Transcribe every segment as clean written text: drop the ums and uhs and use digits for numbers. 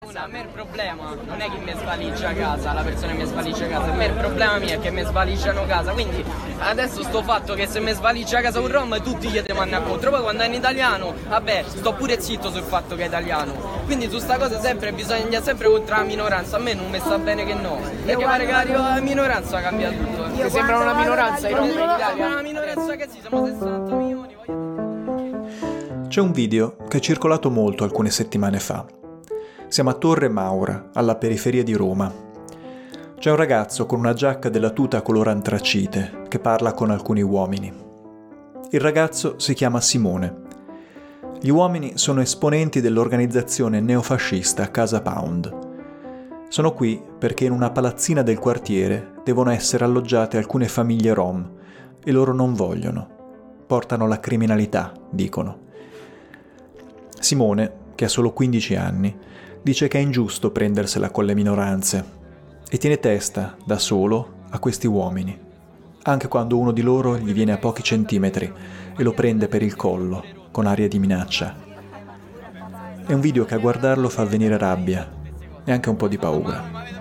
A me il problema non è che mi svaligia casa, la persona che mi svaligia casa, a me il problema mio è che mi svaligiano casa, quindi adesso sto fatto che se mi svaligia casa un rom tutti gli devono andare contro, poi quando è in italiano, vabbè, sto pure zitto sul fatto che è italiano, quindi su sta cosa sempre bisogna andare sempre contro la minoranza, a me non mi sta bene che no, perché pare che la minoranza cambia tutto. Ti sembra una minoranza i rom in Italia? Una minoranza che sì, siamo 60 milioni. C'è un video che è circolato molto alcune settimane fa. Siamo a Torre Maura, alla periferia di Roma. C'è un ragazzo con una giacca della tuta color antracite che parla con alcuni uomini. Il ragazzo si chiama Simone. Gli uomini sono esponenti dell'organizzazione neofascista Casa Pound. Sono qui perché in una palazzina del quartiere devono essere alloggiate alcune famiglie rom e loro non vogliono. Portano la criminalità, dicono. Simone, che ha solo 15 anni, dice che è ingiusto prendersela con le minoranze e tiene testa, da solo, a questi uomini, anche quando uno di loro gli viene a pochi centimetri e lo prende per il collo, con aria di minaccia. È un video che a guardarlo fa venire rabbia e anche un po' di paura.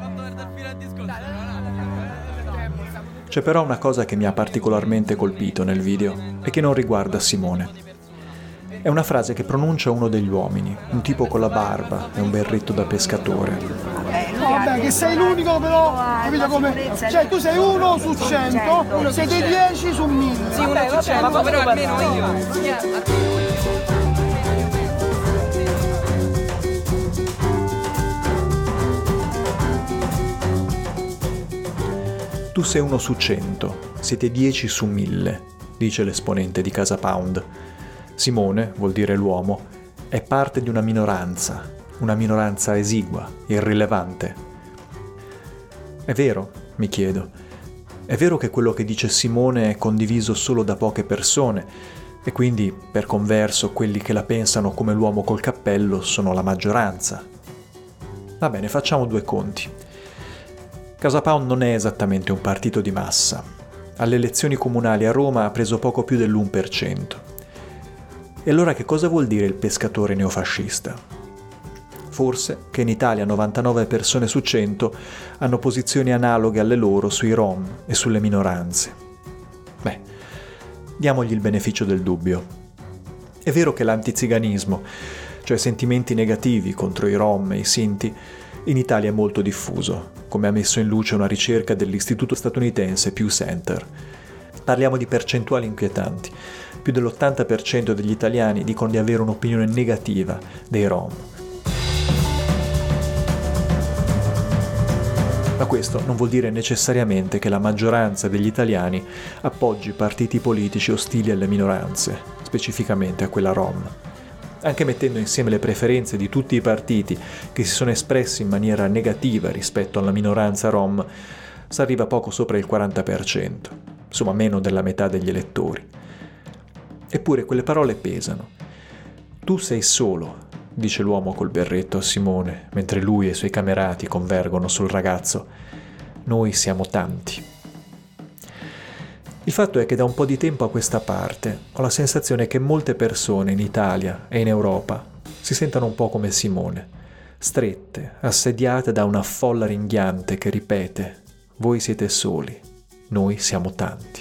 C'è però una cosa che mi ha particolarmente colpito nel video e che non riguarda Simone. È una frase che pronuncia uno degli uomini, un tipo con la barba e un berretto da pescatore. Vabbè, che sei l'unico però, capito come? Cioè tu sei 1 su 100, siete 10 su 1000. Sì, 1 su 100, ma però almeno io. Tu sei 1 su 100, siete 10 su 1000, dice l'esponente di Casa Pound. Simone, vuol dire l'uomo, è parte di una minoranza esigua, irrilevante. È vero, mi chiedo, è vero che quello che dice Simone è condiviso solo da poche persone e quindi, per converso, quelli che la pensano come l'uomo col cappello sono la maggioranza? Va bene, facciamo due conti. Casa Pound non è esattamente un partito di massa. Alle elezioni comunali a Roma ha preso poco più dell'1%. E allora che cosa vuol dire il pescatore neofascista? Forse che in Italia 99 persone su 100 hanno posizioni analoghe alle loro sui rom e sulle minoranze. Beh, diamogli il beneficio del dubbio. È vero che l'antiziganismo, cioè sentimenti negativi contro i rom e i sinti, in Italia è molto diffuso, come ha messo in luce una ricerca dell'istituto statunitense Pew Center. Parliamo di percentuali inquietanti. Più dell'80% degli italiani dicono di avere un'opinione negativa dei rom. Ma questo non vuol dire necessariamente che la maggioranza degli italiani appoggi partiti politici ostili alle minoranze, specificamente a quella rom. Anche mettendo insieme le preferenze di tutti i partiti che si sono espressi in maniera negativa rispetto alla minoranza rom, si arriva poco sopra il 40%, insomma meno della metà degli elettori. Eppure quelle parole pesano. Tu sei solo, dice l'uomo col berretto a Simone, mentre lui e i suoi camerati convergono sul ragazzo. Noi siamo tanti. Il fatto è che da un po' di tempo a questa parte ho la sensazione che molte persone in Italia e in Europa si sentano un po' come Simone, strette, assediate da una folla ringhiante che ripete: voi siete soli, noi siamo tanti.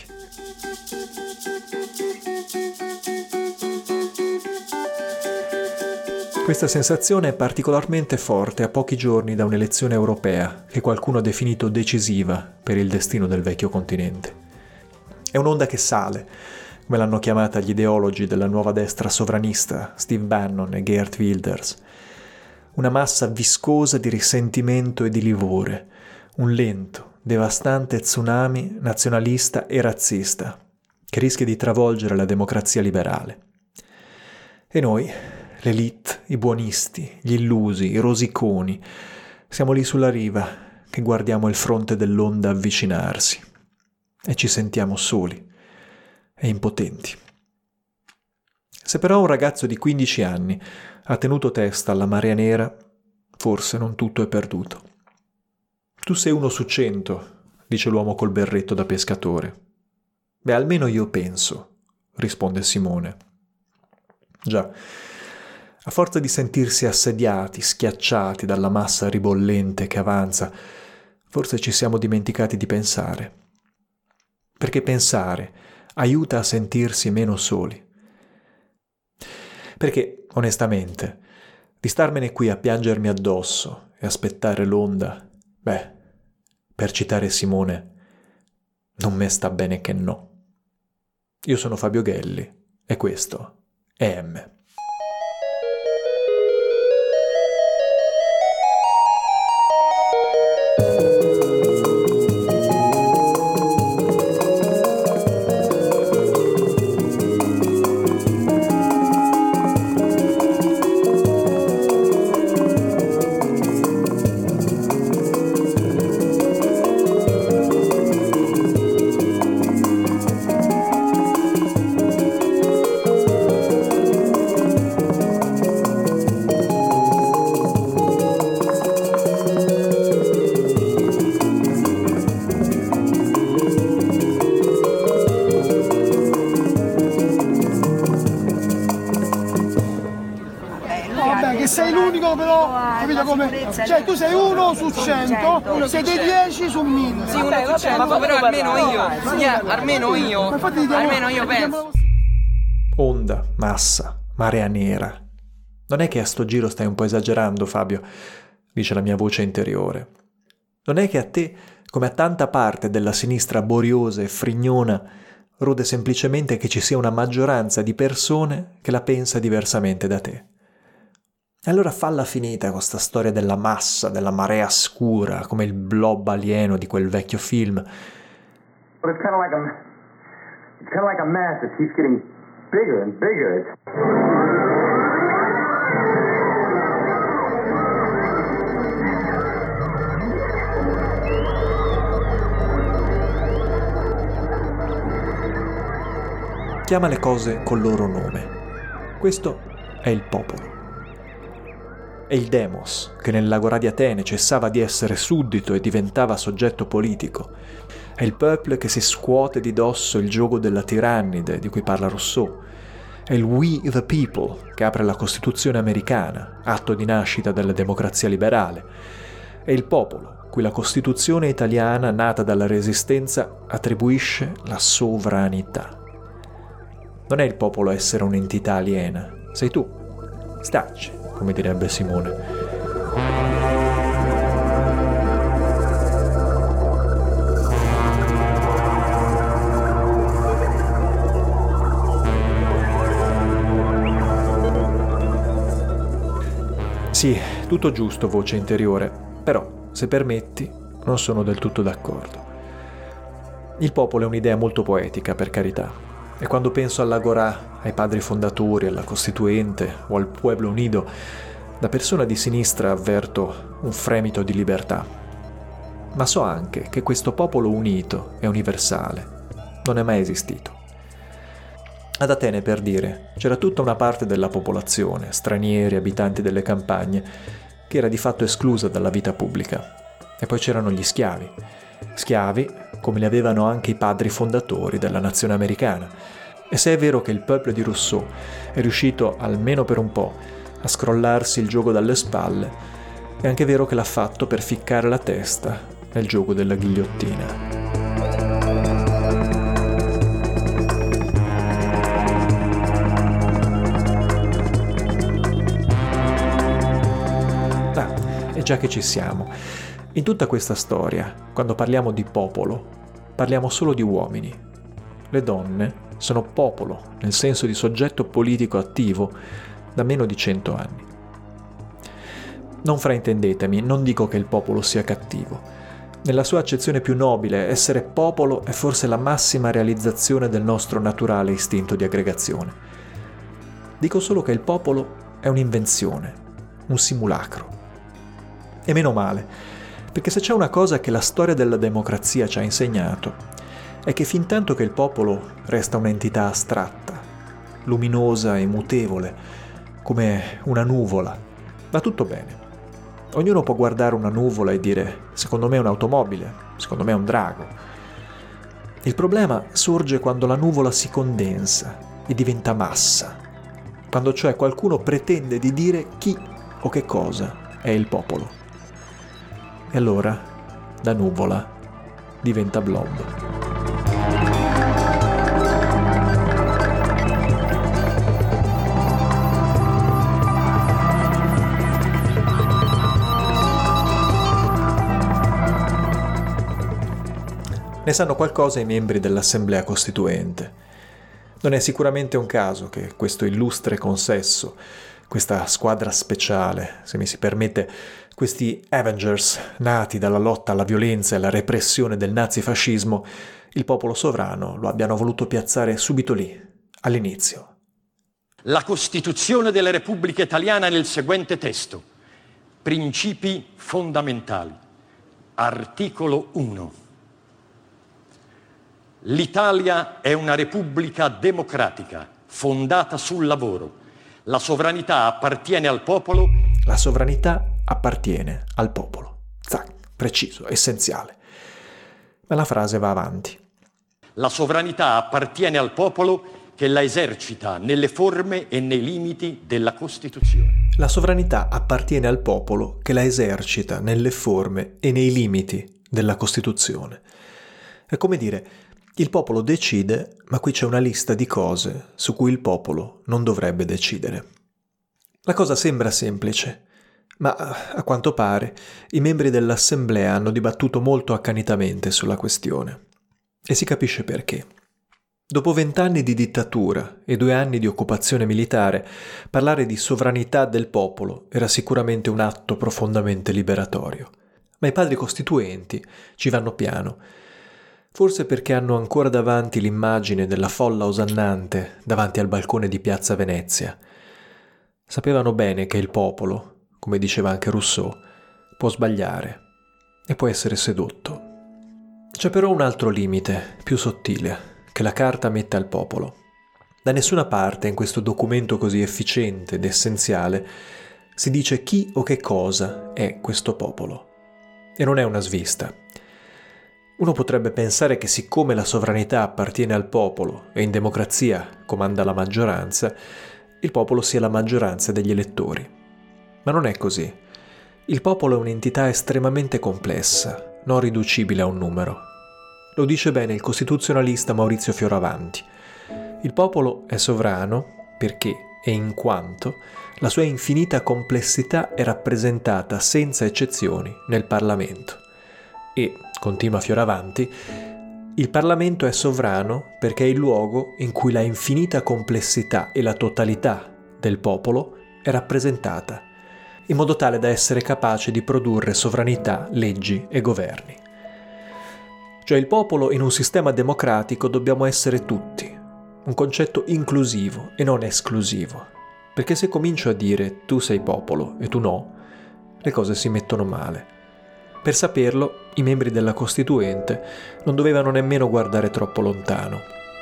Questa sensazione è particolarmente forte a pochi giorni da un'elezione europea che qualcuno ha definito decisiva per il destino del vecchio continente. È un'onda che sale, come l'hanno chiamata gli ideologi della nuova destra sovranista Steve Bannon e Geert Wilders. Una massa viscosa di risentimento e di livore, un lento, devastante tsunami nazionalista e razzista che rischia di travolgere la democrazia liberale. E noi, l'elite, i buonisti, gli illusi, i rosiconi, siamo lì sulla riva che guardiamo il fronte dell'onda avvicinarsi e ci sentiamo soli e impotenti. Se però un ragazzo di 15 anni ha tenuto testa alla marea nera, forse non tutto è perduto. Tu sei 1 su 100, dice l'uomo col berretto da pescatore. Beh, almeno io penso, risponde Simone. Già, A forza di sentirsi assediati, schiacciati dalla massa ribollente che avanza, forse ci siamo dimenticati di pensare. Perché pensare aiuta a sentirsi meno soli. Perché, onestamente, di starmene qui a piangermi addosso e aspettare l'onda, per citare Simone, non me sta bene che no. Io sono Fabio Ghelli e questo è M. Sei l'unico però, capito come? Cioè tu sei 1 su 100, siete 10 su 1000. Sì, 1 su 100, però almeno io penso. Onda, massa, marea nera. Non è che a sto giro stai un po' esagerando, Fabio, dice la mia voce interiore. Non è che a te, come a tanta parte della sinistra boriosa e frignona, rode semplicemente che ci sia una maggioranza di persone che la pensa diversamente da te. E allora falla finita con sta storia della massa, della marea scura, come il blob alieno di quel vecchio film. But it's kind of like a mass that keeps getting bigger and bigger. Chiama le cose col loro nome. Questo è il popolo. È il demos, che nell'agorà di Atene cessava di essere suddito e diventava soggetto politico. È il peuple che si scuote di dosso il giogo della tirannide di cui parla Rousseau. È il We the People che apre la Costituzione americana, atto di nascita della democrazia liberale. È il popolo cui la Costituzione italiana, nata dalla Resistenza, attribuisce la sovranità. Non è il popolo essere un'entità aliena, sei tu. Stacci, come direbbe Simone. Sì, tutto giusto, voce interiore, però, se permetti, non sono del tutto d'accordo. Il popolo è un'idea molto poetica, per carità, e quando penso all'Agorà, ai padri fondatori, alla Costituente o al Pueblo Unido, da persona di sinistra avverto un fremito di libertà. Ma so anche che questo popolo unito e universale non è mai esistito. Ad Atene, per dire, c'era tutta una parte della popolazione, stranieri, abitanti delle campagne, che era di fatto esclusa dalla vita pubblica. E poi c'erano gli schiavi. Schiavi come li avevano anche i padri fondatori della nazione americana. E se è vero che il peuple di Rousseau è riuscito, almeno per un po', a scrollarsi il giogo dalle spalle, è anche vero che l'ha fatto per ficcare la testa nel gioco della ghigliottina. E già che ci siamo, in tutta questa storia, quando parliamo di popolo, parliamo solo di uomini. Le donne sono popolo, nel senso di soggetto politico attivo, da meno di 100 anni. Non fraintendetemi, non dico che il popolo sia cattivo. Nella sua accezione più nobile, essere popolo è forse la massima realizzazione del nostro naturale istinto di aggregazione. Dico solo che il popolo è un'invenzione, un simulacro. E meno male, perché se c'è una cosa che la storia della democrazia ci ha insegnato, è che fintanto che il popolo resta un'entità astratta, luminosa e mutevole, come una nuvola, va tutto bene. Ognuno può guardare una nuvola e dire «secondo me è un'automobile, secondo me è un drago». Il problema sorge quando la nuvola si condensa e diventa massa. quando cioè qualcuno pretende di dire chi o che cosa è il popolo. E allora, da nuvola, diventa blob. Ne sanno qualcosa i membri dell'Assemblea Costituente. Non è sicuramente un caso che questo illustre consesso, questa squadra speciale, se mi si permette, questi Avengers nati dalla lotta alla violenza e alla repressione del nazifascismo, il popolo sovrano lo abbiano voluto piazzare subito lì, all'inizio. La Costituzione della Repubblica Italiana nel seguente testo. Principi fondamentali. Articolo 1. L'Italia è una repubblica democratica, fondata sul lavoro. La sovranità appartiene al popolo. La sovranità appartiene al popolo. Zac, preciso, essenziale. Ma la frase va avanti. La sovranità appartiene al popolo che la esercita nelle forme e nei limiti della Costituzione. La sovranità appartiene al popolo che la esercita nelle forme e nei limiti della Costituzione. È come dire, il popolo decide, ma qui c'è una lista di cose su cui il popolo non dovrebbe decidere. La cosa sembra semplice, ma a quanto pare i membri dell'Assemblea hanno dibattuto molto accanitamente sulla questione. E si capisce perché. Dopo 20 anni di dittatura e 2 anni di occupazione militare, parlare di sovranità del popolo era sicuramente un atto profondamente liberatorio. Ma i padri costituenti ci vanno piano. Forse perché hanno ancora davanti l'immagine della folla osannante davanti al balcone di Piazza Venezia. Sapevano bene che il popolo, come diceva anche Rousseau, può sbagliare e può essere sedotto. C'è però un altro limite, più sottile, che la Carta mette al popolo. Da nessuna parte in questo documento così efficiente ed essenziale si dice chi o che cosa è questo popolo. E non è una svista. Uno potrebbe pensare che siccome la sovranità appartiene al popolo e in democrazia comanda la maggioranza, il popolo sia la maggioranza degli elettori. Ma non è così. Il popolo è un'entità estremamente complessa, non riducibile a un numero. Lo dice bene il costituzionalista Maurizio Fioravanti. Il popolo è sovrano perché e in quanto la sua infinita complessità è rappresentata senza eccezioni nel Parlamento. E, continua Fioravanti, il Parlamento è sovrano perché è il luogo in cui la infinita complessità e la totalità del popolo è rappresentata, in modo tale da essere capace di produrre sovranità, leggi e governi. Cioè il popolo in un sistema democratico dobbiamo essere tutti, un concetto inclusivo e non esclusivo, perché se comincio a dire tu sei popolo e tu no, le cose si mettono male. Per saperlo, i membri della Costituente non dovevano nemmeno guardare troppo lontano.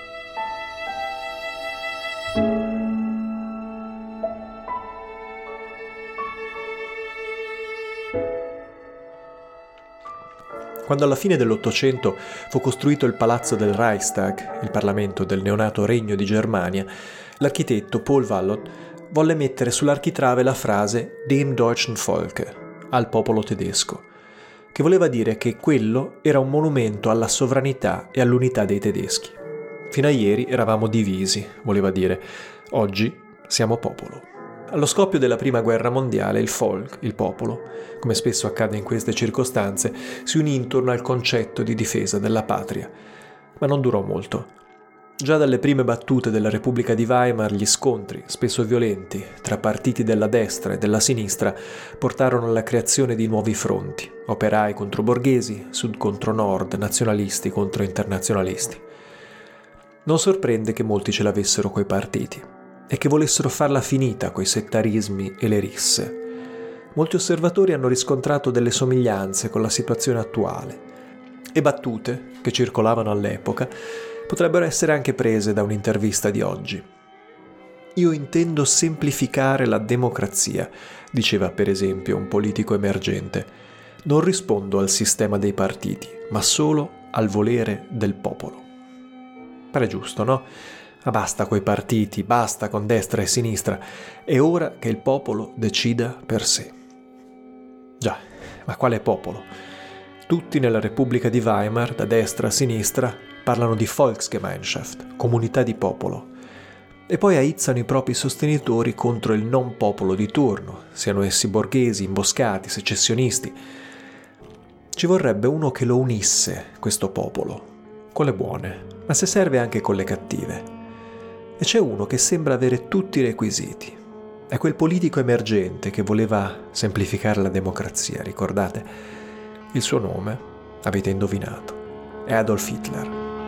Quando alla fine dell'Ottocento fu costruito il palazzo del Reichstag, il Parlamento del neonato Regno di Germania, l'architetto Paul Wallot volle mettere sull'architrave la frase Dem deutschen Volke, al popolo tedesco, che voleva dire che quello era un monumento alla sovranità e all'unità dei tedeschi. Fino a ieri eravamo divisi, voleva dire, oggi siamo popolo. Allo scoppio della Prima Guerra Mondiale il Volk, il popolo, come spesso accade in queste circostanze, si unì intorno al concetto di difesa della patria, ma non durò molto. Già dalle prime battute della Repubblica di Weimar gli scontri, spesso violenti, tra partiti della destra e della sinistra portarono alla creazione di nuovi fronti, operai contro borghesi, sud contro nord, nazionalisti contro internazionalisti. Non sorprende che molti ce l'avessero coi partiti e che volessero farla finita coi settarismi e le risse. Molti osservatori hanno riscontrato delle somiglianze con la situazione attuale e battute, che circolavano all'epoca, potrebbero essere anche prese da un'intervista di oggi. Io intendo semplificare la democrazia, diceva per esempio un politico emergente. Non rispondo al sistema dei partiti, ma solo al volere del popolo. Pare giusto, no? Ma basta coi partiti, basta con destra e sinistra, è ora che il popolo decida per sé. Già, ma quale popolo? Tutti nella Repubblica di Weimar, da destra a sinistra, parlano di Volksgemeinschaft, comunità di popolo, e poi aizzano i propri sostenitori contro il non popolo di turno, siano essi borghesi, imboscati, secessionisti. Ci vorrebbe uno che lo unisse, questo popolo, con le buone, ma se serve anche con le cattive. E c'è uno che sembra avere tutti i requisiti. È quel politico emergente che voleva semplificare la democrazia, ricordate? Il suo nome, avete indovinato, è Adolf Hitler.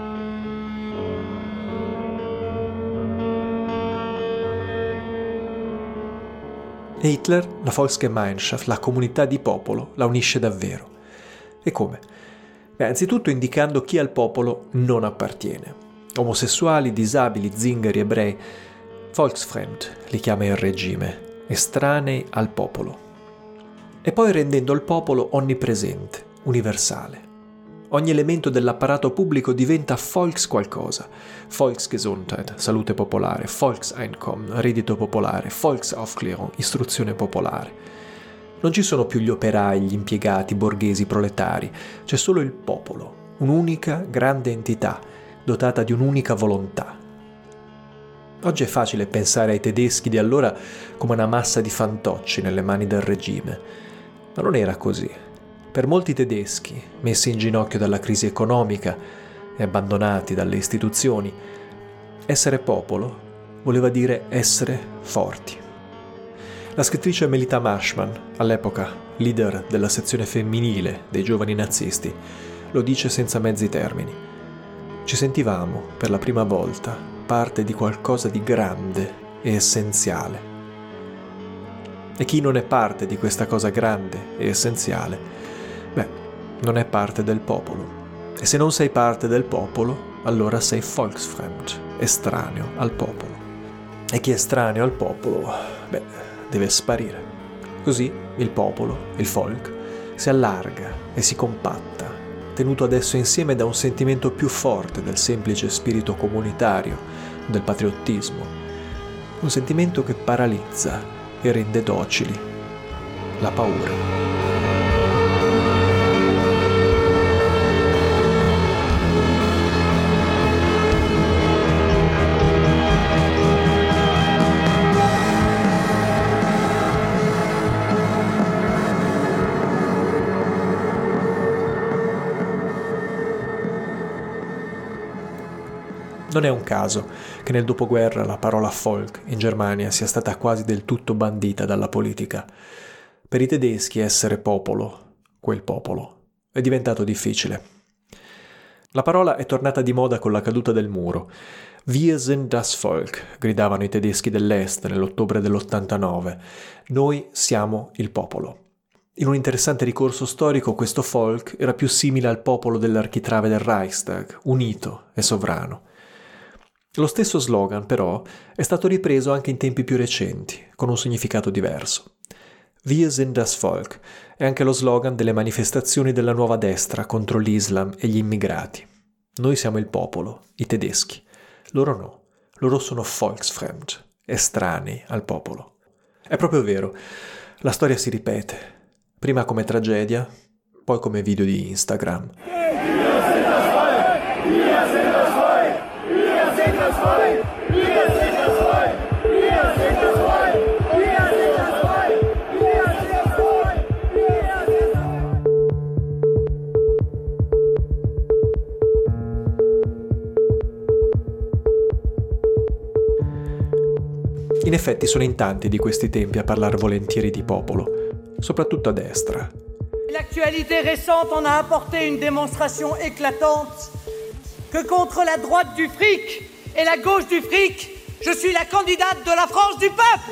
E Hitler, la Volksgemeinschaft, la comunità di popolo, la unisce davvero. E come? Beh, anzitutto indicando chi al popolo non appartiene. Omosessuali, disabili, zingari, ebrei, Volksfremd li chiama il regime, estranei al popolo. E poi rendendo il popolo onnipresente, universale. Ogni elemento dell'apparato pubblico diventa Volks qualcosa. Volksgesundheit, salute popolare, Volkseinkommen, reddito popolare, Volksaufklärung, istruzione popolare. Non ci sono più gli operai, gli impiegati, i borghesi, i proletari, c'è solo il popolo, un'unica grande entità, dotata di un'unica volontà. Oggi è facile pensare ai tedeschi di allora come una massa di fantocci nelle mani del regime, ma non era così. Per molti tedeschi, messi in ginocchio dalla crisi economica e abbandonati dalle istituzioni, essere popolo voleva dire essere forti. La scrittrice Melita Marshman, all'epoca leader della sezione femminile dei giovani nazisti, lo dice senza mezzi termini. Ci sentivamo, per la prima volta, parte di qualcosa di grande e essenziale. E chi non è parte di questa cosa grande e essenziale, beh, non è parte del popolo. E se non sei parte del popolo, allora sei Volksfremd, estraneo al popolo. E chi è estraneo al popolo, beh, deve sparire. Così il popolo, il Volk, si allarga e si compatta, tenuto adesso insieme da un sentimento più forte del semplice spirito comunitario, del patriottismo, un sentimento che paralizza e rende docili la paura. Non è un caso che nel dopoguerra la parola Volk in Germania sia stata quasi del tutto bandita dalla politica. Per i tedeschi essere popolo, quel popolo, è diventato difficile. La parola è tornata di moda con la caduta del muro. Wir sind das Volk, gridavano i tedeschi dell'Est nell'ottobre dell'89. Noi siamo il popolo. In un interessante ricorso storico, questo Volk era più simile al popolo dell'architrave del Reichstag, unito e sovrano. Lo stesso slogan, però, è stato ripreso anche in tempi più recenti, con un significato diverso. Wir sind das Volk è anche lo slogan delle manifestazioni della nuova destra contro l'Islam e gli immigrati. Noi siamo il popolo, i tedeschi. Loro no, loro sono Volksfremd, estranei al popolo. È proprio vero, la storia si ripete, prima come tragedia, poi come video di Instagram. In effetti sono in tanti di questi tempi a parlare volentieri di popolo, soprattutto a destra. L'actualité récente en a apporté une démonstration éclatante que contre la droite du fric et la gauche du fric, je suis la candidate de la France du peuple.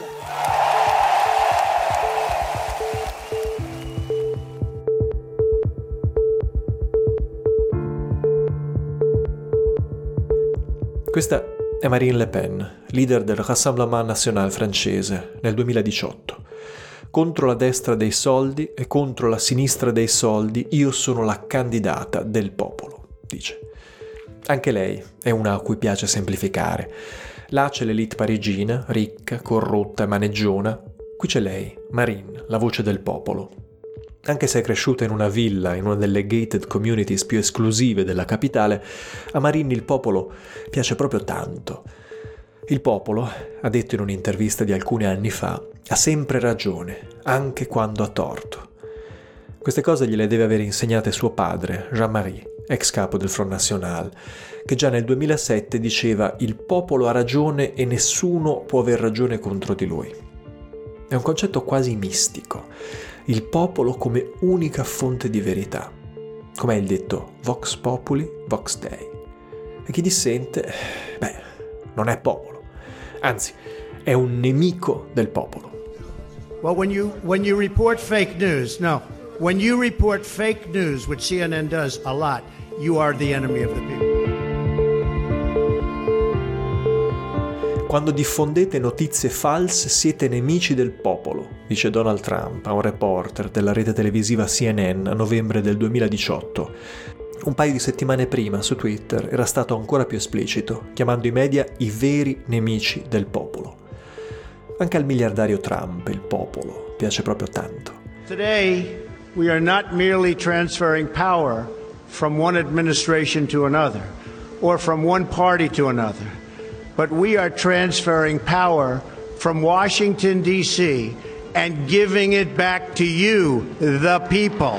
Questa è Marine Le Pen, leader del Rassemblement National francese, nel 2018. Contro la destra dei soldi e contro la sinistra dei soldi, io sono la candidata del popolo, dice. Anche lei è una a cui piace semplificare. Là c'è l'élite parigina, ricca, corrotta e maneggiona. Qui c'è lei, Marine, la voce del popolo. Anche se è cresciuta in una villa, in una delle gated communities più esclusive della capitale, a Marine il popolo piace proprio tanto. Il popolo, ha detto in un'intervista di alcuni anni fa, ha sempre ragione, anche quando ha torto. Queste cose gliele deve avere insegnate suo padre, Jean-Marie, ex capo del Front National, che già nel 2007 diceva «Il popolo ha ragione e nessuno può aver ragione contro di lui». È un concetto quasi mistico, il popolo come unica fonte di verità. Com'è il detto «Vox populi, vox Dei». E chi dissente, non è popolo, anzi, è un nemico del popolo. Well, when you report fake news, when you report fake news, which CNN does a lot, you are the enemy of the people. Quando diffondete notizie false siete nemici del popolo, dice Donald Trump a un reporter della rete televisiva CNN a novembre del 2018. Un paio di settimane prima su Twitter era stato ancora più esplicito, chiamando i media i veri nemici del popolo. Anche al miliardario Trump il popolo piace proprio tanto. Today we are not merely transferring power from one administration to another or from one party to another, but we are transferring power from Washington, D.C. and giving it back to you, the people.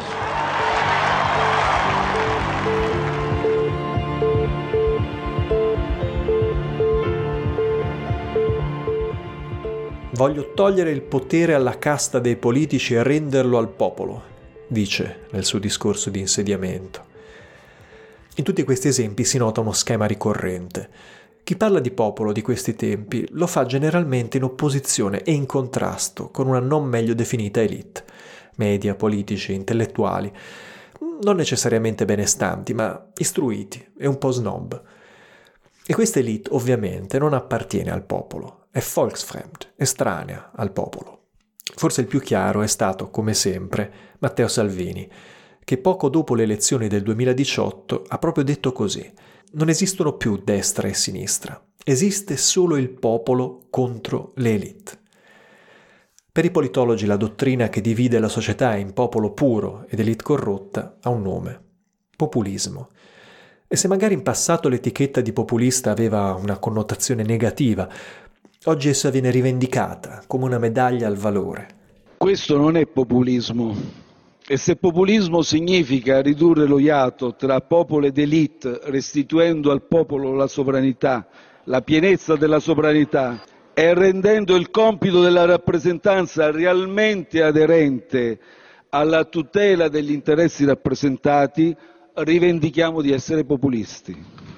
Voglio togliere il potere alla casta dei politici e renderlo al popolo, dice nel suo discorso di insediamento. In tutti questi esempi si nota uno schema ricorrente. Chi parla di popolo di questi tempi lo fa generalmente in opposizione e in contrasto con una non meglio definita elite, media, politici, intellettuali, non necessariamente benestanti, ma istruiti e un po' snob. E questa elite ovviamente non appartiene al popolo, è volksfremd, estranea al popolo. Forse il più chiaro è stato, come sempre, Matteo Salvini, che poco dopo le elezioni del 2018 ha proprio detto così: non esistono più destra e sinistra, esiste solo il popolo contro le elite. Per i politologi la dottrina che divide la società in popolo puro ed elite corrotta ha un nome: populismo. E se magari in passato l'etichetta di populista aveva una connotazione negativa, oggi essa viene rivendicata come una medaglia al valore. Questo non è populismo. E se populismo significa ridurre lo iato tra popolo ed elite, restituendo al popolo la sovranità, la pienezza della sovranità, e rendendo il compito della rappresentanza realmente aderente alla tutela degli interessi rappresentati, rivendichiamo di essere populisti.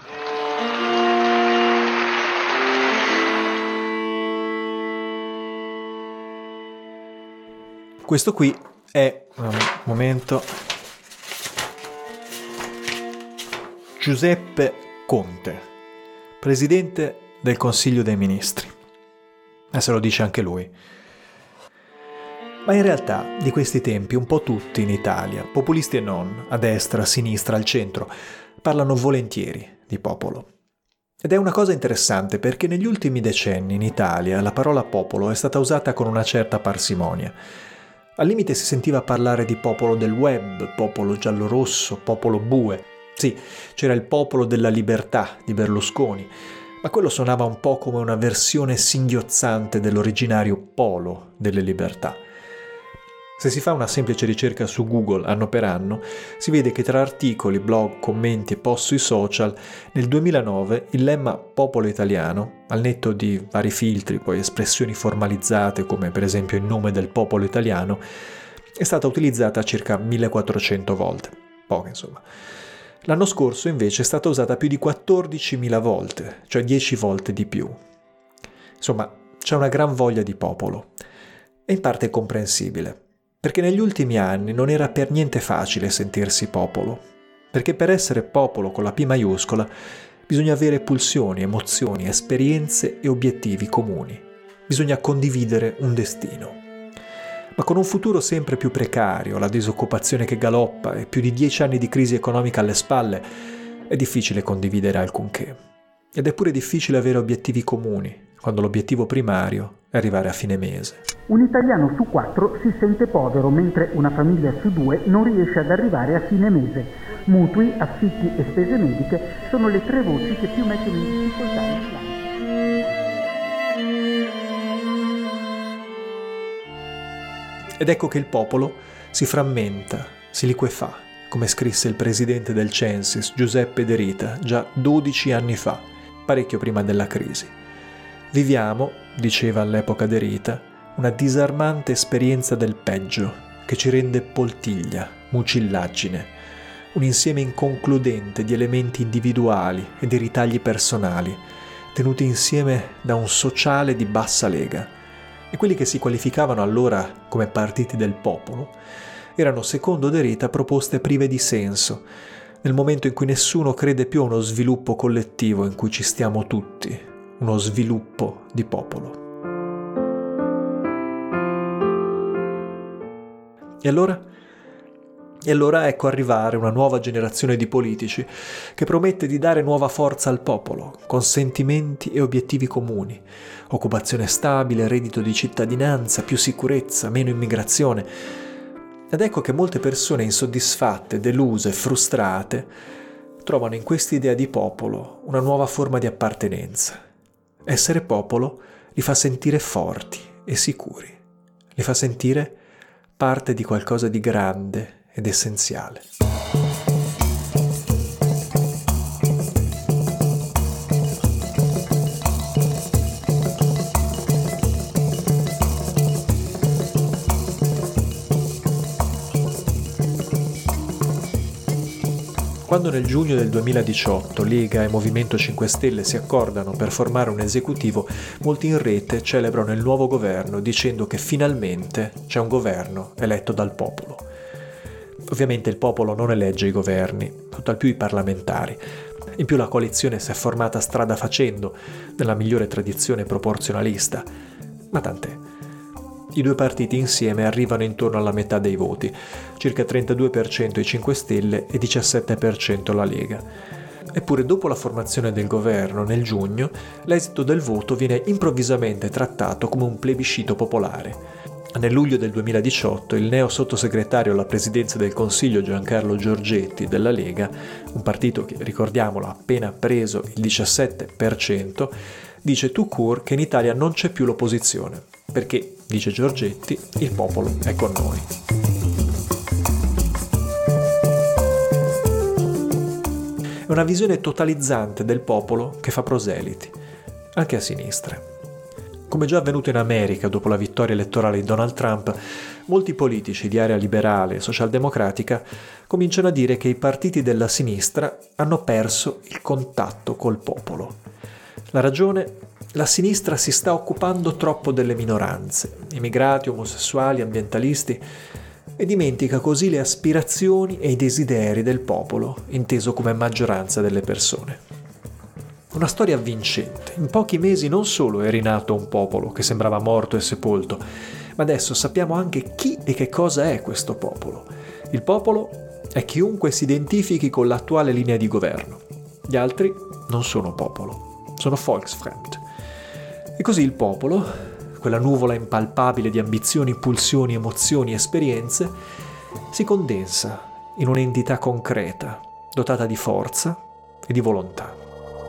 Questo qui è, un momento, Giuseppe Conte, presidente del Consiglio dei Ministri. E se lo dice anche lui. Ma in realtà di questi tempi un po' tutti in Italia, populisti e non, a destra, a sinistra, al centro, parlano volentieri di popolo. Ed è una cosa interessante perché negli ultimi decenni in Italia la parola popolo è stata usata con una certa parsimonia. Al limite si sentiva parlare di popolo del web, popolo giallorosso, popolo bue. Sì, c'era il popolo della libertà di Berlusconi, ma quello suonava un po' come una versione singhiozzante dell'originario polo delle libertà. Se si fa una semplice ricerca su Google anno per anno, si vede che tra articoli, blog, commenti e post sui social, nel 2009 il lemma popolo italiano, al netto di vari filtri, poi espressioni formalizzate come per esempio il nome del popolo italiano, è stata utilizzata circa 1400 volte. Poche insomma. L'anno scorso invece è stata usata più di 14.000 volte, cioè 10 volte di più. Insomma, c'è una gran voglia di popolo. E in parte è comprensibile. Perché negli ultimi anni non era per niente facile sentirsi popolo, perché per essere popolo con la P maiuscola bisogna avere pulsioni, emozioni, esperienze e obiettivi comuni. Bisogna condividere un destino. Ma con un futuro sempre più precario, la disoccupazione che galoppa e più di 10 anni di crisi economica alle spalle, È difficile condividere alcunché. Ed è pure difficile avere obiettivi comuni, quando l'obiettivo primario è arrivare a fine mese. Un italiano su 4 si sente povero, mentre una famiglia su 2 non riesce ad arrivare a fine mese. Mutui, affitti e spese mediche sono le 3 voci che più mettono in difficoltà il bilancio. Ed ecco che il popolo si frammenta, si liquefà, come scrisse il presidente del Censis, Giuseppe De Rita, già 12 anni fa, parecchio prima della crisi. Viviamo, diceva all'epoca De Rita, una disarmante esperienza del peggio che ci rende poltiglia, mucillaggine, un insieme inconcludente di elementi individuali e di ritagli personali, tenuti insieme da un sociale di bassa lega. E quelli che si qualificavano allora come partiti del popolo erano, secondo De Rita, proposte prive di senso, nel momento in cui nessuno crede più a uno sviluppo collettivo in cui ci stiamo tutti, uno sviluppo di popolo. E allora ecco arrivare una nuova generazione di politici che promette di dare nuova forza al popolo, con sentimenti e obiettivi comuni, occupazione stabile, reddito di cittadinanza, più sicurezza, meno immigrazione. Ed ecco che molte persone insoddisfatte, deluse, frustrate, trovano in quest'idea di popolo una nuova forma di appartenenza. Essere popolo li fa sentire forti e sicuri, li fa sentire parte di qualcosa di grande ed essenziale. Quando nel giugno del 2018 Lega e Movimento 5 Stelle si accordano per formare un esecutivo, molti in rete celebrano il nuovo governo dicendo che finalmente c'è un governo eletto dal popolo. Ovviamente il popolo non elegge i governi, tutt'al più i parlamentari. In più la coalizione si è formata strada facendo, nella migliore tradizione proporzionalista. Ma tant'è. I due partiti insieme arrivano intorno alla metà dei voti, circa 32% i 5 Stelle e 17% la Lega. Eppure dopo la formazione del governo nel giugno, l'esito del voto viene improvvisamente trattato come un plebiscito popolare. Nel luglio del 2018 il neo sottosegretario alla presidenza del Consiglio Giancarlo Giorgetti della Lega, un partito che, ricordiamolo, ha appena preso il 17%, dice tout court che in Italia non c'è più l'opposizione, perché, dice Giorgetti, il popolo è con noi. È una visione totalizzante del popolo che fa proseliti, anche a sinistra. Come già avvenuto in America dopo la vittoria elettorale di Donald Trump, molti politici di area liberale e socialdemocratica cominciano a dire che i partiti della sinistra hanno perso il contatto col popolo. La ragione? La sinistra si sta occupando troppo delle minoranze, immigrati, omosessuali, ambientalisti, e dimentica così le aspirazioni e i desideri del popolo, inteso come maggioranza delle persone. Una storia avvincente. In pochi mesi non solo è rinato un popolo che sembrava morto e sepolto, ma adesso sappiamo anche chi e che cosa è questo popolo. Il popolo è chiunque si identifichi con l'attuale linea di governo. Gli altri non sono popolo, sono Volksfremd. E così il popolo, quella nuvola impalpabile di ambizioni, pulsioni, emozioni, esperienze, si condensa in un'entità concreta, dotata di forza e di volontà.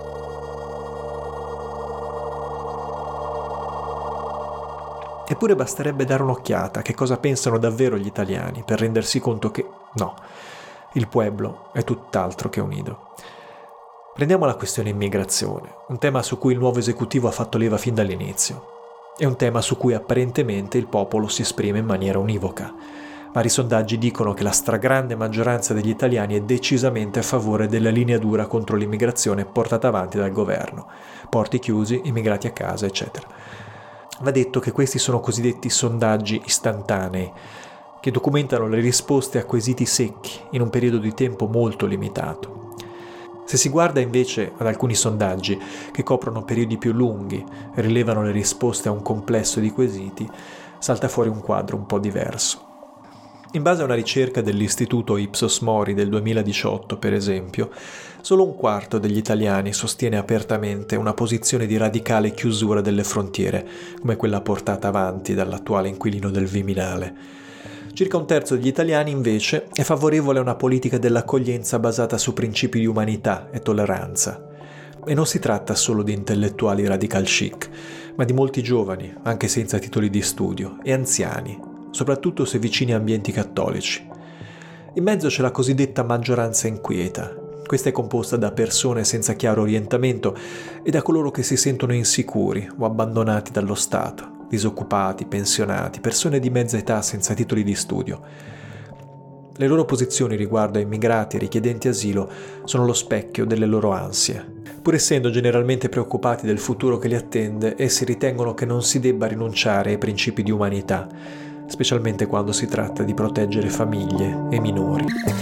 Eppure basterebbe dare un'occhiata a che cosa pensano davvero gli italiani per rendersi conto che no, il pueblo è tutt'altro che unido. Prendiamo la questione immigrazione, un tema su cui il nuovo esecutivo ha fatto leva fin dall'inizio. È un tema su cui apparentemente il popolo si esprime in maniera univoca. Vari sondaggi dicono che la stragrande maggioranza degli italiani è decisamente a favore della linea dura contro l'immigrazione portata avanti dal governo. Porti chiusi, immigrati a casa, eccetera. Va detto che questi sono cosiddetti sondaggi istantanei, che documentano le risposte a quesiti secchi in un periodo di tempo molto limitato. Se si guarda invece ad alcuni sondaggi che coprono periodi più lunghi e rilevano le risposte a un complesso di quesiti, salta fuori un quadro un po' diverso. In base a una ricerca dell'Istituto Ipsos Mori del 2018, per esempio, solo un quarto degli italiani sostiene apertamente una posizione di radicale chiusura delle frontiere, come quella portata avanti dall'attuale inquilino del Viminale. Circa un terzo degli italiani, invece, è favorevole a una politica dell'accoglienza basata su principi di umanità e tolleranza. E non si tratta solo di intellettuali radical chic, ma di molti giovani, anche senza titoli di studio, e anziani, soprattutto se vicini a ambienti cattolici. In mezzo c'è la cosiddetta maggioranza inquieta. Questa è composta da persone senza chiaro orientamento e da coloro che si sentono insicuri o abbandonati dallo Stato, disoccupati, pensionati, persone di mezza età senza titoli di studio. Le loro posizioni riguardo a immigrati e richiedenti asilo sono lo specchio delle loro ansie. Pur essendo generalmente preoccupati del futuro che li attende, essi ritengono che non si debba rinunciare ai principi di umanità, specialmente quando si tratta di proteggere famiglie e minori.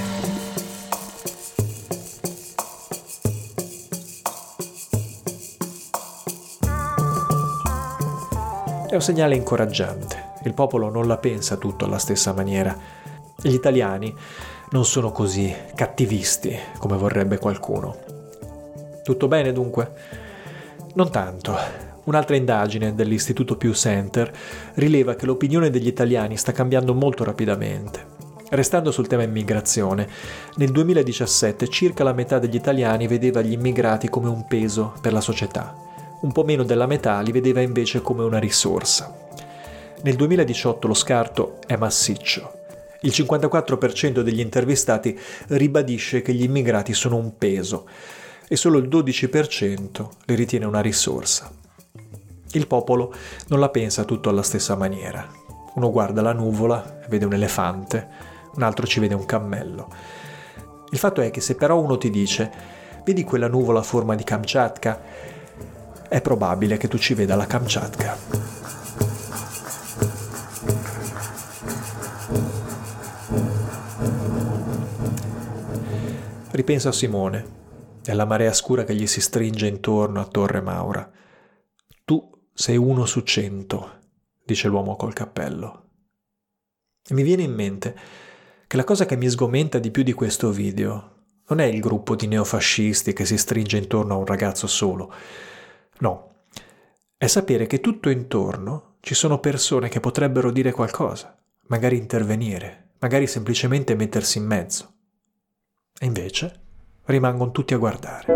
È un segnale incoraggiante. Il popolo non la pensa tutto alla stessa maniera. Gli italiani non sono così cattivisti come vorrebbe qualcuno. Tutto bene dunque? Non tanto. Un'altra indagine dell'Istituto Pew Center rileva che l'opinione degli italiani sta cambiando molto rapidamente. Restando sul tema immigrazione, nel 2017 circa la metà degli italiani vedeva gli immigrati come un peso per la società. Un po' meno della metà li vedeva invece come una risorsa. Nel 2018 lo scarto è massiccio. Il 54% degli intervistati ribadisce che gli immigrati sono un peso e solo il 12% li ritiene una risorsa. Il popolo non la pensa tutto alla stessa maniera. Uno guarda la nuvola e vede un elefante, un altro ci vede un cammello. Il fatto è che se però uno ti dice «Vedi quella nuvola a forma di Kamchatka?» è probabile che tu ci veda la Kamchatka. Ripensa a Simone e alla marea scura che gli si stringe intorno a Torre Maura. Tu sei 1 su 100, dice l'uomo col cappello. E mi viene in mente che la cosa che mi sgomenta di più di questo video non è il gruppo di neofascisti che si stringe intorno a un ragazzo solo. No, è sapere che tutto intorno ci sono persone che potrebbero dire qualcosa, magari intervenire, magari semplicemente mettersi in mezzo. E invece rimangono tutti a guardare.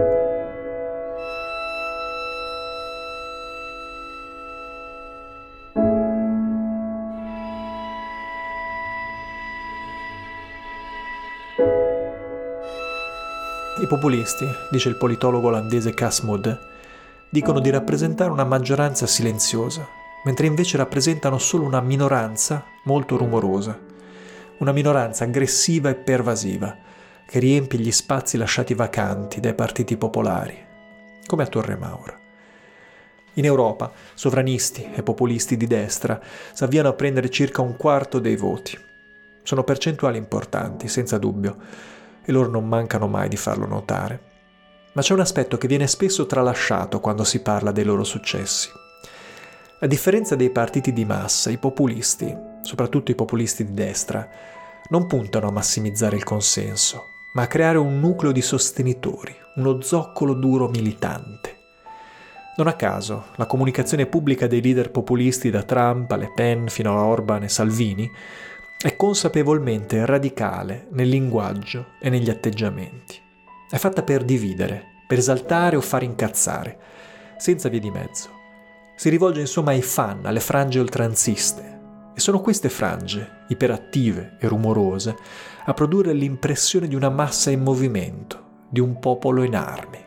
I populisti, dice il politologo olandese Cas Mudde, dicono di rappresentare una maggioranza silenziosa, mentre invece rappresentano solo una minoranza molto rumorosa, una minoranza aggressiva e pervasiva, che riempie gli spazi lasciati vacanti dai partiti popolari, come a Torre Maura. In Europa, sovranisti e populisti di destra s'avviano a prendere circa un quarto dei voti. Sono percentuali importanti, senza dubbio, e loro non mancano mai di farlo notare. Ma c'è un aspetto che viene spesso tralasciato quando si parla dei loro successi. A differenza dei partiti di massa, i populisti, soprattutto i populisti di destra, non puntano a massimizzare il consenso, ma a creare un nucleo di sostenitori, uno zoccolo duro militante. Non a caso, la comunicazione pubblica dei leader populisti da Trump a Le Pen fino a Orban e Salvini è consapevolmente radicale nel linguaggio e negli atteggiamenti. È fatta per dividere, per esaltare o far incazzare, senza vie di mezzo. Si rivolge insomma ai fan, alle frange oltranziste. E sono queste frange, iperattive e rumorose, a produrre l'impressione di una massa in movimento, di un popolo in armi.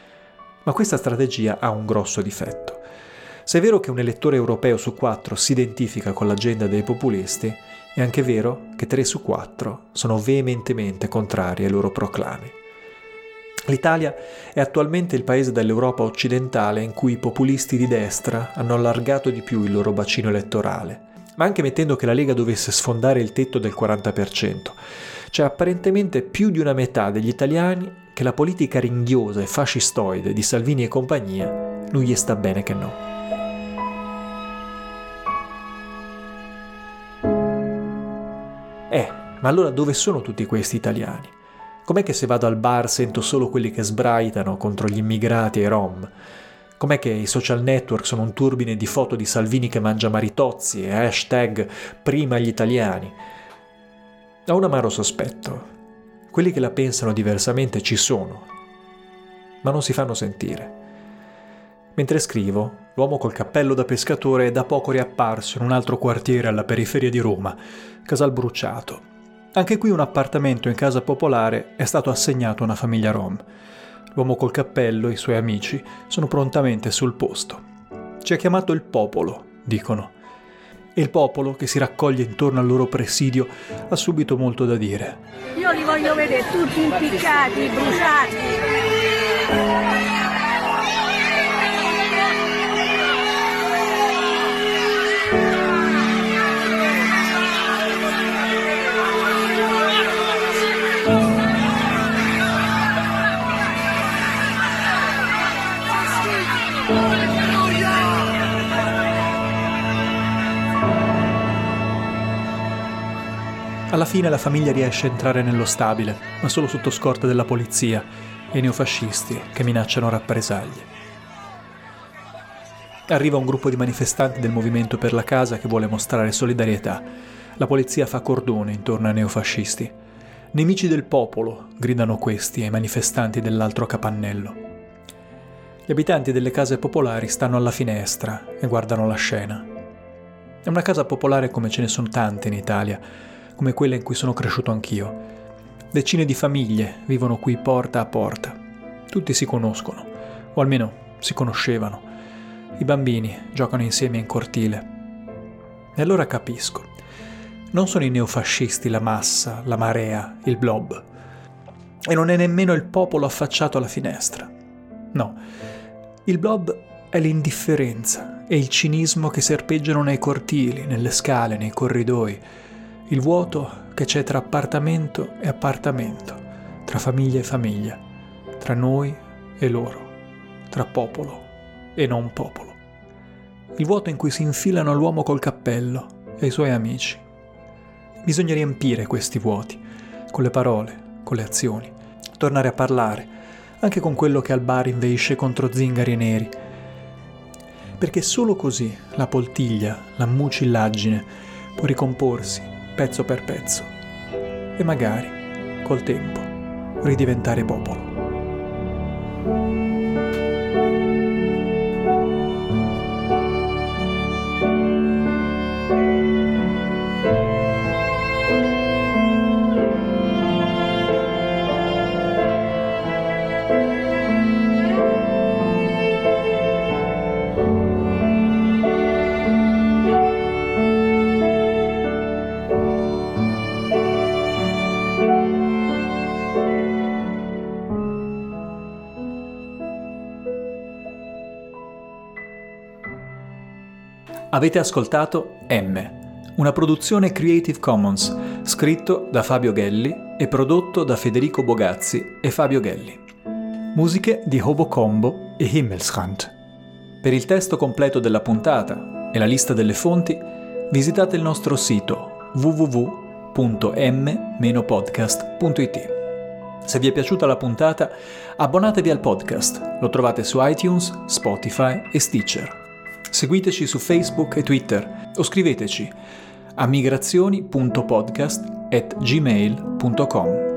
Ma questa strategia ha un grosso difetto. Se è vero che un elettore europeo su 4 si identifica con l'agenda dei populisti, è anche vero che 3 su 4 sono veementemente contrari ai loro proclami. L'Italia è attualmente il paese dell'Europa occidentale in cui i populisti di destra hanno allargato di più il loro bacino elettorale, ma anche mettendo che la Lega dovesse sfondare il tetto del 40%, c'è apparentemente più di una metà degli italiani che la politica ringhiosa e fascistoide di Salvini e compagnia non gli sta bene che no. Ma allora dove sono tutti questi italiani? Com'è che se vado al bar sento solo quelli che sbraitano contro gli immigrati e i rom? Com'è che i social network sono un turbine di foto di Salvini che mangia maritozzi e hashtag prima gli italiani? Ho un amaro sospetto. Quelli che la pensano diversamente ci sono, ma non si fanno sentire. Mentre scrivo, l'uomo col cappello da pescatore è da poco riapparso in un altro quartiere alla periferia di Roma, Casalbruciato. Anche qui un appartamento in casa popolare è stato assegnato a una famiglia rom. L'uomo col cappello e i suoi amici sono prontamente sul posto. Ci ha chiamato il popolo, dicono. E il popolo, che si raccoglie intorno al loro presidio, ha subito molto da dire. Io li voglio vedere tutti impiccati, bruciati. Alla fine la famiglia riesce a entrare nello stabile, ma solo sotto scorta della polizia e i neofascisti che minacciano rappresaglie. Arriva un gruppo di manifestanti del Movimento per la Casa che vuole mostrare solidarietà. La polizia fa cordone intorno ai neofascisti. Nemici del popolo, gridano questi ai manifestanti dell'altro capannello. Gli abitanti delle case popolari stanno alla finestra e guardano la scena. È una casa popolare come ce ne sono tante in Italia, come quella in cui sono cresciuto anch'io. Decine di famiglie vivono qui porta a porta. Tutti si conoscono, o almeno si conoscevano. I bambini giocano insieme in cortile. E allora capisco. Non sono i neofascisti la massa, la marea, il blob. E non è nemmeno il popolo affacciato alla finestra. No, il blob è l'indifferenza e il cinismo che serpeggiano nei cortili, nelle scale, nei corridoi. Il vuoto che c'è tra appartamento e appartamento, tra famiglia e famiglia, tra noi e loro, tra popolo e non popolo. Il vuoto in cui si infilano l'uomo col cappello e i suoi amici. Bisogna riempire questi vuoti, con le parole, con le azioni, tornare a parlare, anche con quello che al bar inveisce contro zingari e neri. Perché solo così la poltiglia, la mucillaggine può ricomporsi pezzo per pezzo e magari, col tempo, ridiventare popolo. Avete ascoltato M, una produzione Creative Commons, scritto da Fabio Ghelli e prodotto da Federico Bogazzi e Fabio Ghelli. Musiche di Hobo Combo e Himmelsrand. Per il testo completo della puntata e la lista delle fonti, visitate il nostro sito www.m-podcast.it. Se vi è piaciuta la puntata, abbonatevi al podcast. Lo trovate su iTunes, Spotify e Stitcher. Seguiteci su Facebook e Twitter o scriveteci a migrazioni.podcast@gmail.com.